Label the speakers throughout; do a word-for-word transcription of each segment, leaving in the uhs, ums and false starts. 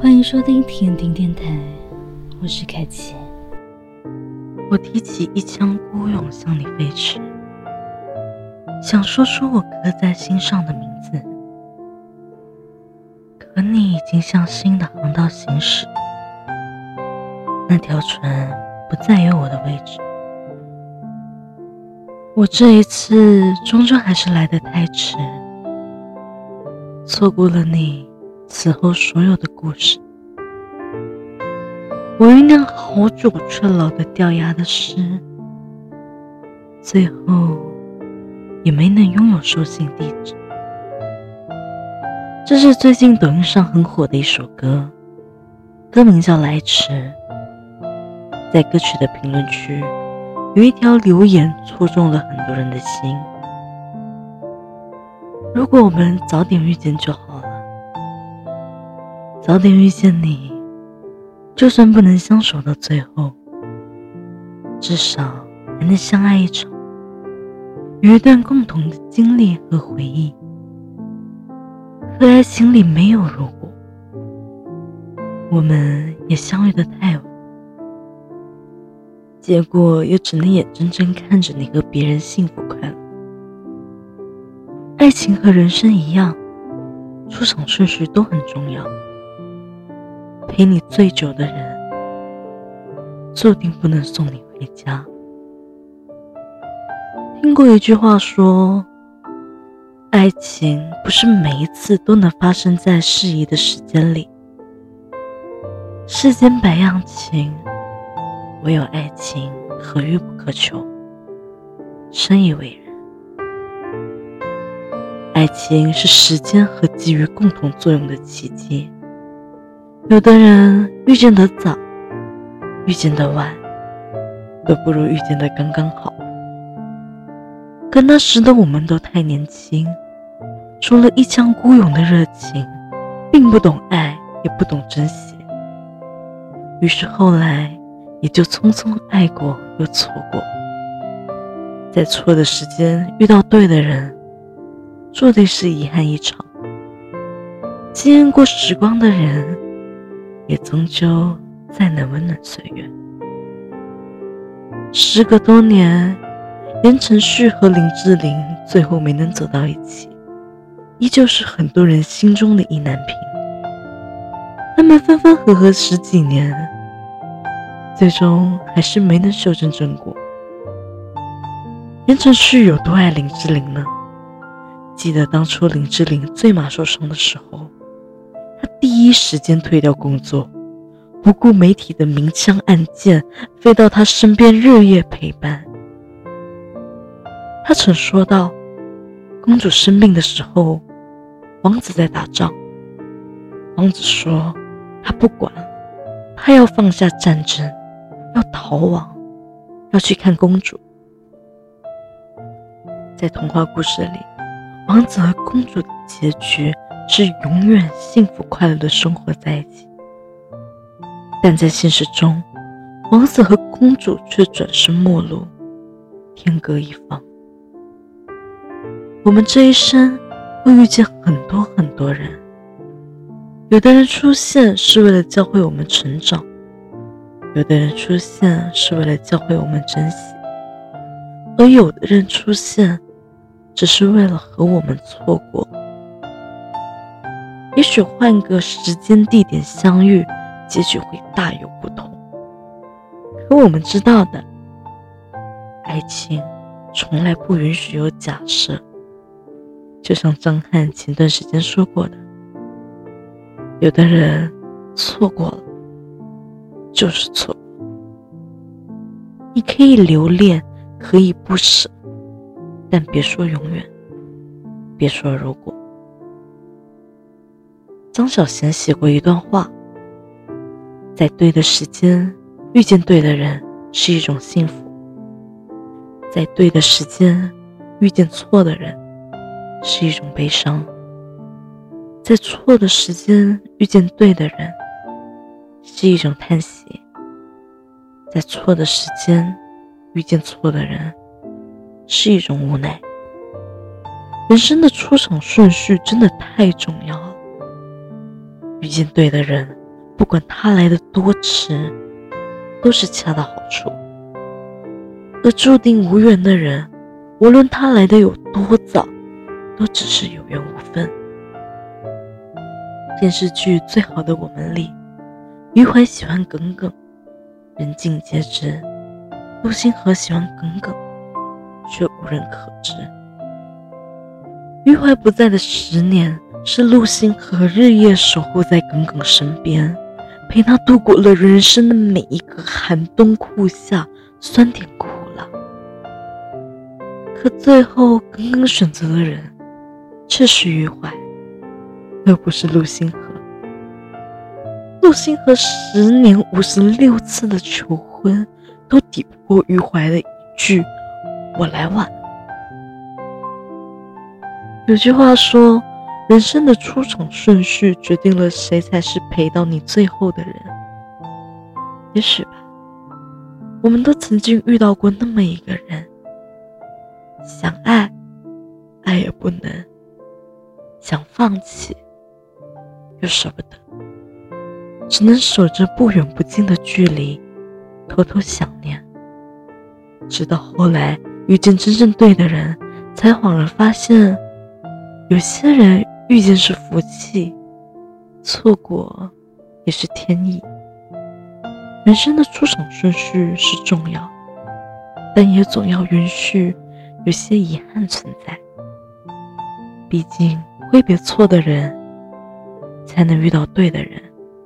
Speaker 1: 欢迎收听甜甜电台，我是凯琪。
Speaker 2: 我提起一腔孤勇向你飞驰，想说出我刻在心上的名字，可你已经向新的航道行驶，那条船不再有我的位置。我这一次终究还是来得太迟，错过了你此后所有的故事。我酝酿好久却老得掉牙的诗，最后也没能拥有收信地址。这是最近抖音上很火的一首歌，歌名叫《来迟》。在歌曲的评论区有一条留言戳中了很多人的心：如果我们早点遇见就好了，早点遇见你，就算不能相守到最后，至少还能相爱一场，有一段共同的经历和回忆。可爱情里没有如果，我们也相遇得太晚，结果又只能眼睁睁看着你和别人幸福快乐。爱情和人生一样，出场顺序都很重要。陪你最久的人，注定不能送你回家。听过一句话说，爱情不是每一次都能发生在适宜的时间里。世间百样情，唯有爱情可遇不可求，深以为然。爱情是时间和机遇共同作用的奇迹。有的人遇见得早，遇见得晚，都不如遇见得刚刚好。可那时的我们都太年轻，除了一腔孤勇的热情，并不懂爱，也不懂珍惜。于是后来也就匆匆爱过又错过，在错的时间遇到对的人，注定是遗憾一场。经验过时光的人，也终究再能温暖岁月。时隔多年，言承旭和林志玲最后没能走到一起，依旧是很多人心中的意难平。他们分分合合十几年，最终还是没能修正正果。言承旭有多爱林志玲呢？记得当初林志玲坠马受伤的时候，他第一时间退掉工作，不顾媒体的明枪暗箭，飞到他身边日夜陪伴。他曾说道，公主生病的时候，王子在打仗，王子说他不管，他要放下战争，要逃亡，要去看公主。在童话故事里，王子和公主的结局是永远幸福快乐的生活在一起，但在现实中，王子和公主却转身陌路，天各一方。我们这一生会遇见很多很多人，有的人出现是为了教会我们成长，有的人出现是为了教会我们珍惜，而有的人出现只是为了和我们错过。也许换个时间地点相遇，结局会大有不同。可我们知道的，爱情从来不允许有假设。就像张翰前段时间说过的，有的人错过了就是错过。你可以留恋，可以不舍，但别说永远，别说如果。张小娴写过一段话，在对的时间遇见对的人是一种幸福，在对的时间遇见错的人是一种悲伤，在错的时间遇见对的人是一种叹息，在错的时间遇见错的人是一种无奈。人生的出场顺序真的太重要了，遇见对的人不管它来的多迟，都是恰到好处。而注定无缘的人，无论他来的有多早，都只是有缘无分。电视剧《最好的我们》里，余淮喜欢耿耿，人尽皆知；陆星河喜欢耿耿，却无人可知。余淮不在的十年，是陆星河日夜守护在耿耿身边，陪他度过了人生的每一个寒冬酷夏，酸甜苦辣。可最后耿耿选择的人却是余淮，而不是陆星河。陆星河十年五十六次的求婚，都抵不过余淮的一句我来晚。有句话说，人生的出场顺序决定了谁才是陪到你最后的人。也许吧，我们都曾经遇到过那么一个人，想爱爱也不能，想放弃又舍不得，只能守着不远不近的距离，偷偷想念。直到后来遇见真正对的人，才恍然发现，有些人遇见是福气，错过也是天意。人生的出场顺序是重要，但也总要允许有些遗憾存在。毕竟挥别错的人，才能遇到对的人。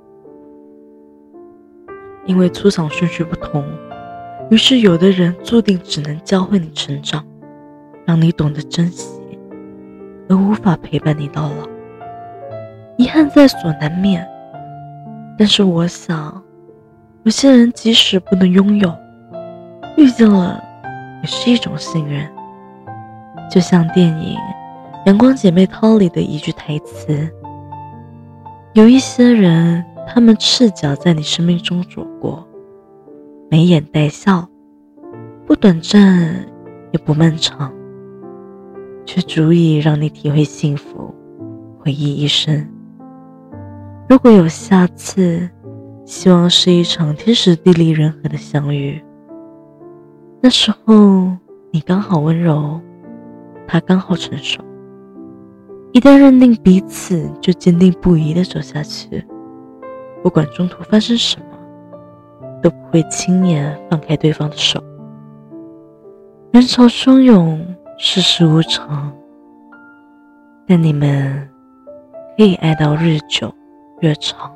Speaker 2: 因为出场顺序不同，于是有的人注定只能教会你成长，让你懂得珍惜，而无法陪伴你到老。遗憾在所难免，但是我想，有些人即使不能拥有，遇见了也是一种幸运。就像电影《阳光姐妹淘》里的一句台词，有一些人，他们赤脚在你生命中走过，眉眼带笑，不短暂也不漫长，却足以让你体会幸福，回忆一生。如果有下次，希望是一场天时地利人和的相遇。那时候你刚好温柔，他刚好成熟，一旦认定彼此，就坚定不移地走下去，不管中途发生什么，都不会轻言放开对方的手。人潮汹涌，世事无常，但你们可以爱到日久月长。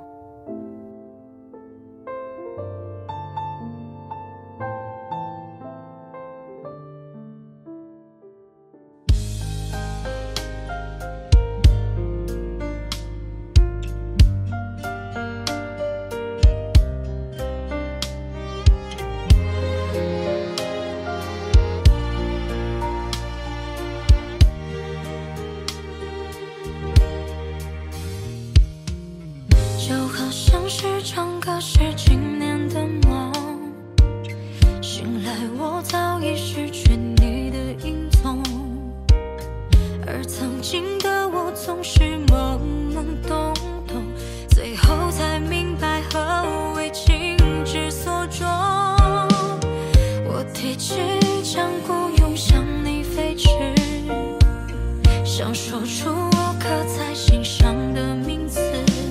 Speaker 3: 就好像是场隔十几年的梦，醒来我早已失去你的影踪，而曾经的我总是懵懵懂懂，最后才明白何为情之所钟。我提起将孤勇向你飞驰，想说出我刻在心上的名字，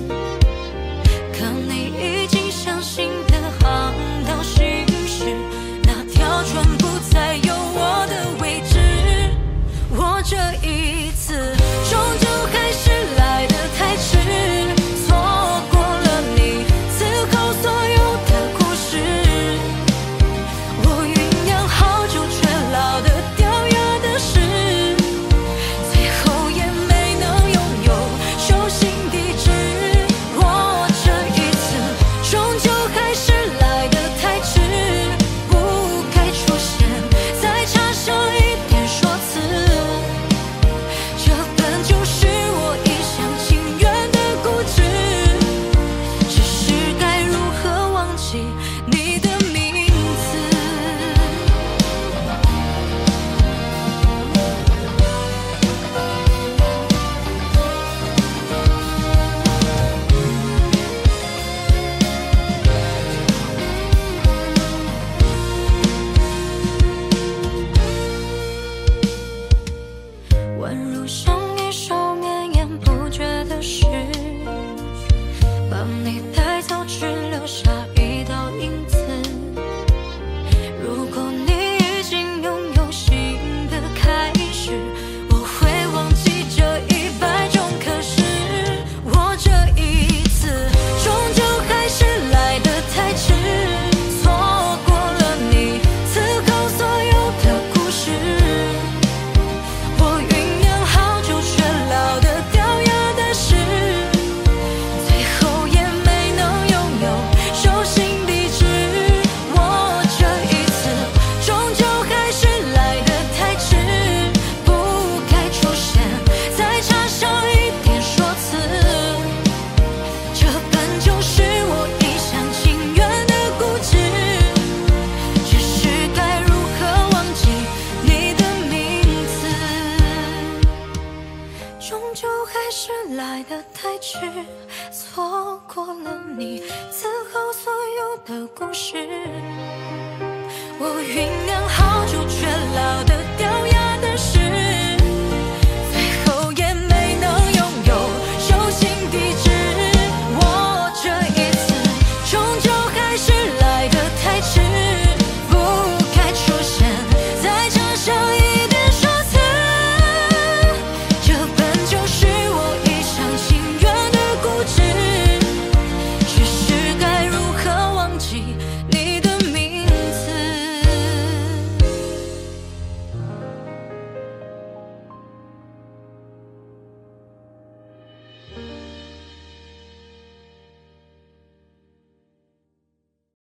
Speaker 3: 已经相信的航道行驶，那条船不再有我的位置。我这一次终究还是来得太迟，错过了你此后所有的故事。我酝酿好久却老得掉牙的事，最后也没能拥有手心地址。我这一终究还是来得太迟，不该出现，再插上一点说辞。 宛如像一首绵延不绝的诗，把你带走，只留下一道影子。如果你已经拥有新的开始，我会忘记这一百种可是。我这一次终究还是来得太迟，错过了你此后所有的故事。我酝酿好久却老得掉牙的事，最后也没能拥有手心地址。我这一次终究还是来得太迟，不该出现，再插上一点说辞。这本就是我一厢情愿的固执，只是该如何忘记你的名字。终究还是来得太迟，错过了你此后所有的故事。我酝酿好久却老得掉牙的事，